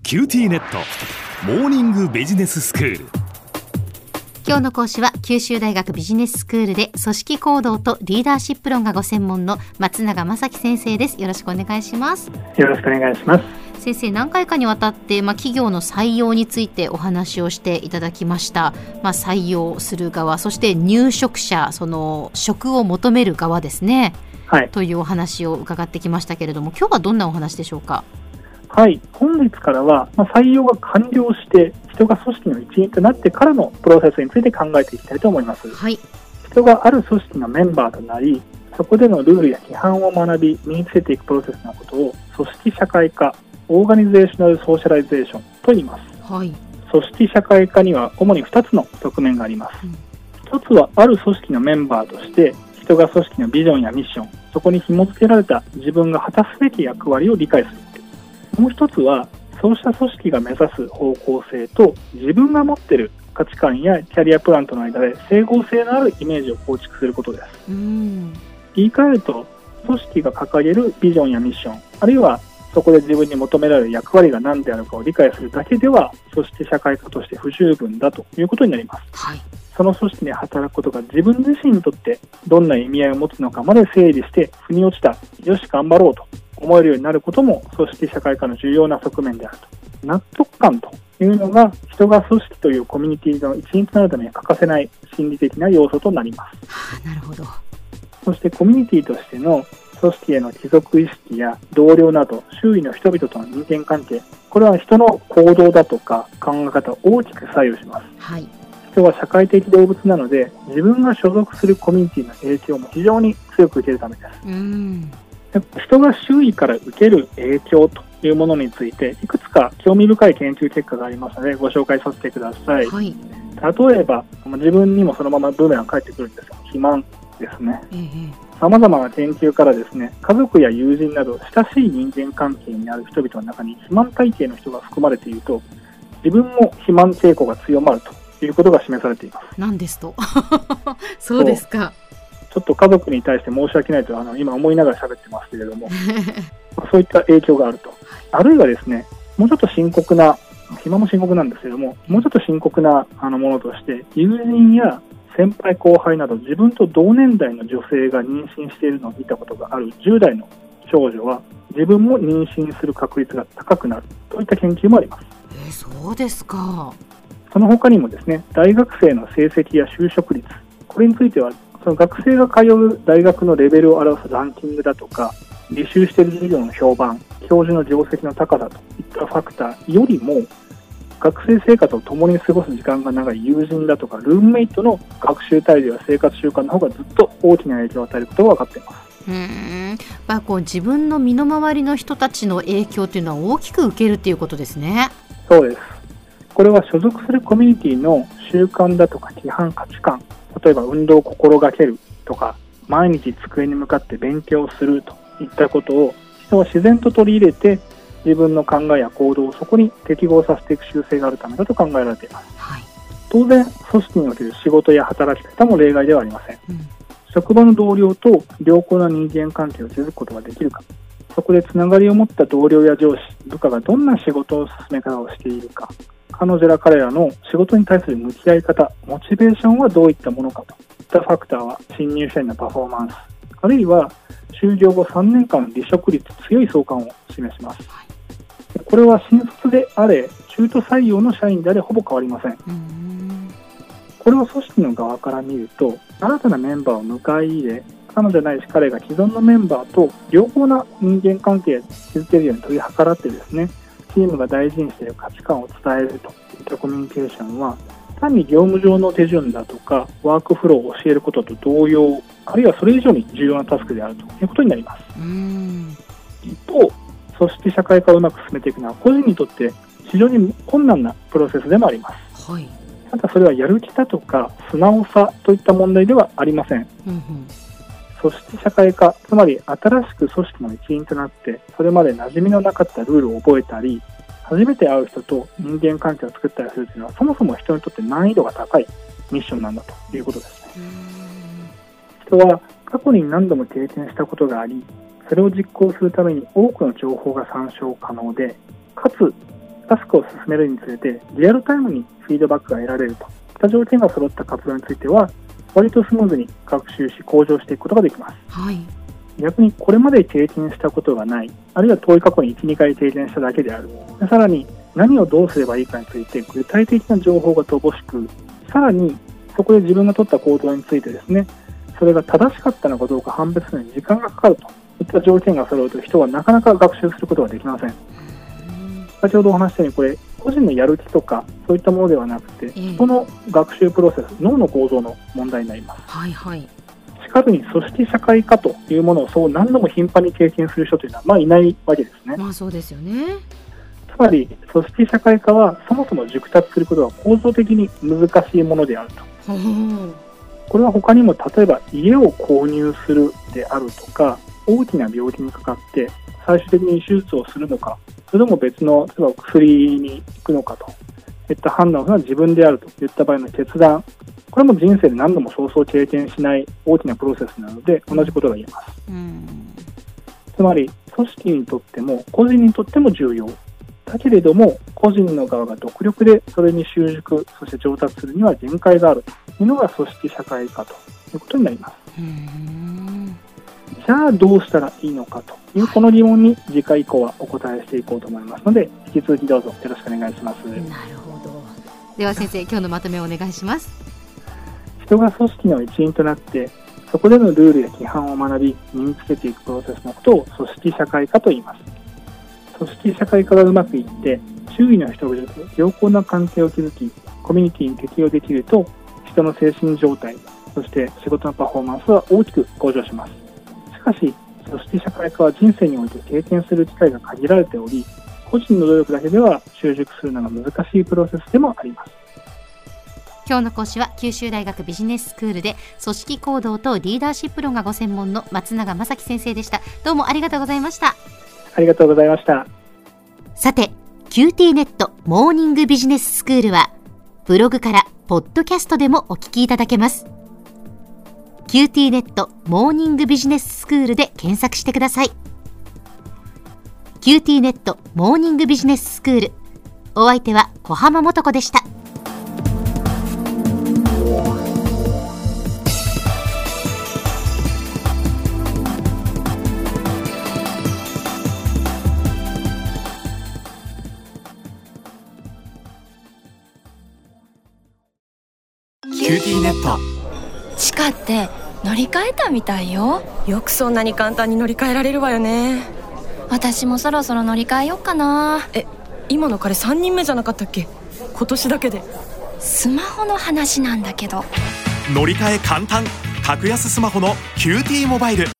キューティーネットモーニングビジネススクール。 今日の講師は九州大学ビジネススクールで組織行動とリーダーシップ論がご専門の松永正樹先生です。よろしくお願いします。 よろしくお願いします。 先生、何回かにわたって、企業の採用についてお話をしていただきました。採用する側、そして入職者、その職を求める側ですね、はい、というお話を伺ってきましたけれども、今日はどんなお話でしょうか。 はい、本日からは、採用が完了して人が組織の一員となってからのプロセスについて考えていきたいと思います。 はい、 人がある組織のメンバーとなり、そこでのルールや規範を学び身につけていくプロセスのことを組織社会化、オーガニゼーショナルソーシャライゼーションと言います。 はい、 組織社会化には主に2つの側面があります。1つはある組織のメンバーとして人が組織のビジョンやミッション、そこに紐付けられた自分が果たすべき役割を理解する。もう一つはそうした組織が目指す方向性と自分が持っている価値観やキャリアプランとの間で整合性のあるイメージを構築することです。言い換えると、組織が掲げるビジョンやミッション、あるいはそこで自分に求められる役割が何であるかを理解するだけでは組織社会化として不十分だということになります。 はい、 その組織で働くことが自分自身にとってどんな意味合いを持つのかまで整理して腑に落ちた、よし頑張ろうと思えるようになることも組織社会化の重要な側面であると。納得感というのが人が組織というコミュニティの一員となるために欠かせない心理的な要素となります。 なるほど。 そしてコミュニティとしての組織への帰属意識や同僚など周囲の人々との人間関係、これは人の行動だとか考え方を大きく左右します。 はい、 人は社会的動物なので自分が所属するコミュニティの影響も非常に強く受けるためです。人が周囲から受ける影響というものについていくつか興味深い研究結果がありますのでご紹介させてください。 はい、 例えば自分にもそのままブーメラン返ってくるんですが、肥満ですね。様々な研究からですね、家族や友人など親しい人間関係にある人々の中に肥満体型の人が含まれていると、自分も肥満傾向が強まるということが示されています。 何ですとそうですか。 ちょっと家族に対して申し訳ないと今思いながら喋ってますけれどもそういった影響があると。あるいはですね、もうちょっと深刻な、肥満も深刻なんですけれども、もうちょっと深刻なものとして、友人や先輩後輩など自分と同年代の女性が妊娠しているのを見たことがある10代の少女は自分も妊娠する確率が高くなるといった研究もあります。 そうですか。 その他にもですね、大学生の成績や就職率、これについてはその学生が通う大学のレベルを表すランキングだとか、履修している授業の評判、教授の業績の高さといったファクターよりも、学生生活を共に過ごす時間が長い友人だとかルームメイトの学習態度や生活習慣の方がずっと大きな影響を与えることが分かっています。 自分の身の回りの人たちの影響というのは大きく受けるということですね。 そうです。これは所属するコミュニティの習慣だとか規範、価値観、例えば運動を心がけるとか、毎日机に向かって勉強するといったことを人は自然と取り入れて、自分の考えや行動をそこに適合させていく習性があるためだと考えられています。 はい、 当然組織における仕事や働き方も例外ではありません。職場の同僚と良好な人間関係を築くことができるか、そこでつながりを持った同僚や上司、部下がどんな仕事の進め方をしているか、彼女ら彼らの仕事に対する向き合い方、モチベーションはどういったものかといったファクターは新入社員のパフォーマンス、あるいは就業後3年間の離職率、強い相関を示します。これは新卒であれ中途採用の社員であれほぼ変わりません。これを組織の側から見ると、新たなメンバーを迎え入れ、彼女ないし彼が既存のメンバーと良好な人間関係を築けるように取り計らってですね、チームが大事にしている価値観を伝えるといったコミュニケーションは、単に業務上の手順だとかワークフローを教えることと同様、あるいはそれ以上に重要なタスクであるということになります。一方、組織社会化をうまく進めていくのは個人にとって非常に困難なプロセスでもあります。 はい、 ただそれはやる気だとか素直さといった問題ではありません。組織社会化、つまり新しく組織の一員となってそれまで馴染みのなかったルールを覚えたり、初めて会う人と人間関係を作ったりするというのはそもそも人にとって難易度が高いミッションなんだということですね。人は過去に何度も経験したことがあり、それを実行するために多くの情報が参照可能で、かつタスクを進めるにつれてリアルタイムにフィードバックが得られるといった条件が揃った活動については割とスムーズに学習し向上していくことができます。 はい。 逆にこれまで経験したことがない、あるいは遠い過去に 1,2 回経験しただけである、さらに何をどうすればいいかについて具体的な情報が乏しく、さらにそこで自分が取った行動についてですね、それが正しかったのかどうか判別するのに時間がかかるといった条件が揃うと人はなかなか学習することができません。先ほどお話したようにこれ個人のやる気とかそういったものではなくて、人の学習プロセス、脳の構造の問題になります。 はいはい。 しかるに組織社会化というものをそう何度も頻繁に経験する人というのはいないわけですね。 そうですよね。 つまり組織社会化はそもそも熟達することは構造的に難しいものであると。これは他にも例えば家を購入するであるとか、大きな病気にかかって最終的に手術をするのか、それとも別の例えば薬に行くのかといった判断が自分であるといった場合の決断、これも人生で何度もそうそう経験しない大きなプロセスなので同じことが言えます。つまり組織にとっても個人にとっても重要だけれども、個人の側が独力でそれに習熟、そして上達するには限界があるというのが組織社会化ということになります。じゃあどうしたらいいのかというこの疑問に次回以降はお答えしていこうと思いますので、引き続きどうぞよろしくお願いします。 なるほど。では先生、今日のまとめをお願いします。 人が組織の一員となってそこでのルールや規範を学び身につけていくプロセスのことを組織社会化と言います。組織社会化がうまくいって周囲の人々と良好な関係を築きコミュニティに適応できると、人の精神状態、そして仕事のパフォーマンスは大きく向上します。しかし組織社会化は人生において経験する機会が限られており、個人の努力だけでは習熟するのが難しいプロセスでもあります。 今日の講師は九州大学ビジネススクールで組織行動とリーダーシップ論がご専門の松永正樹先生でした。どうもありがとうございました。 ありがとうございました。 さて、QT ネットモーニングビジネススクールはブログからポッドキャストでもお聞きいただけます。QT ネットモーニングビジネススクールで検索してください。QT ネットモーニングビジネススクール、お相手は小浜もとこでした。 QT ネット。 地下って乗り換えたみたいよ。 よくそんなに簡単に乗り換えられるわよね。 私もそろそろ乗り換えようかな。 今の彼3人目じゃなかったっけ？今年だけで。 スマホの話なんだけど。 乗り換え簡単、格安スマホの QT モバイル。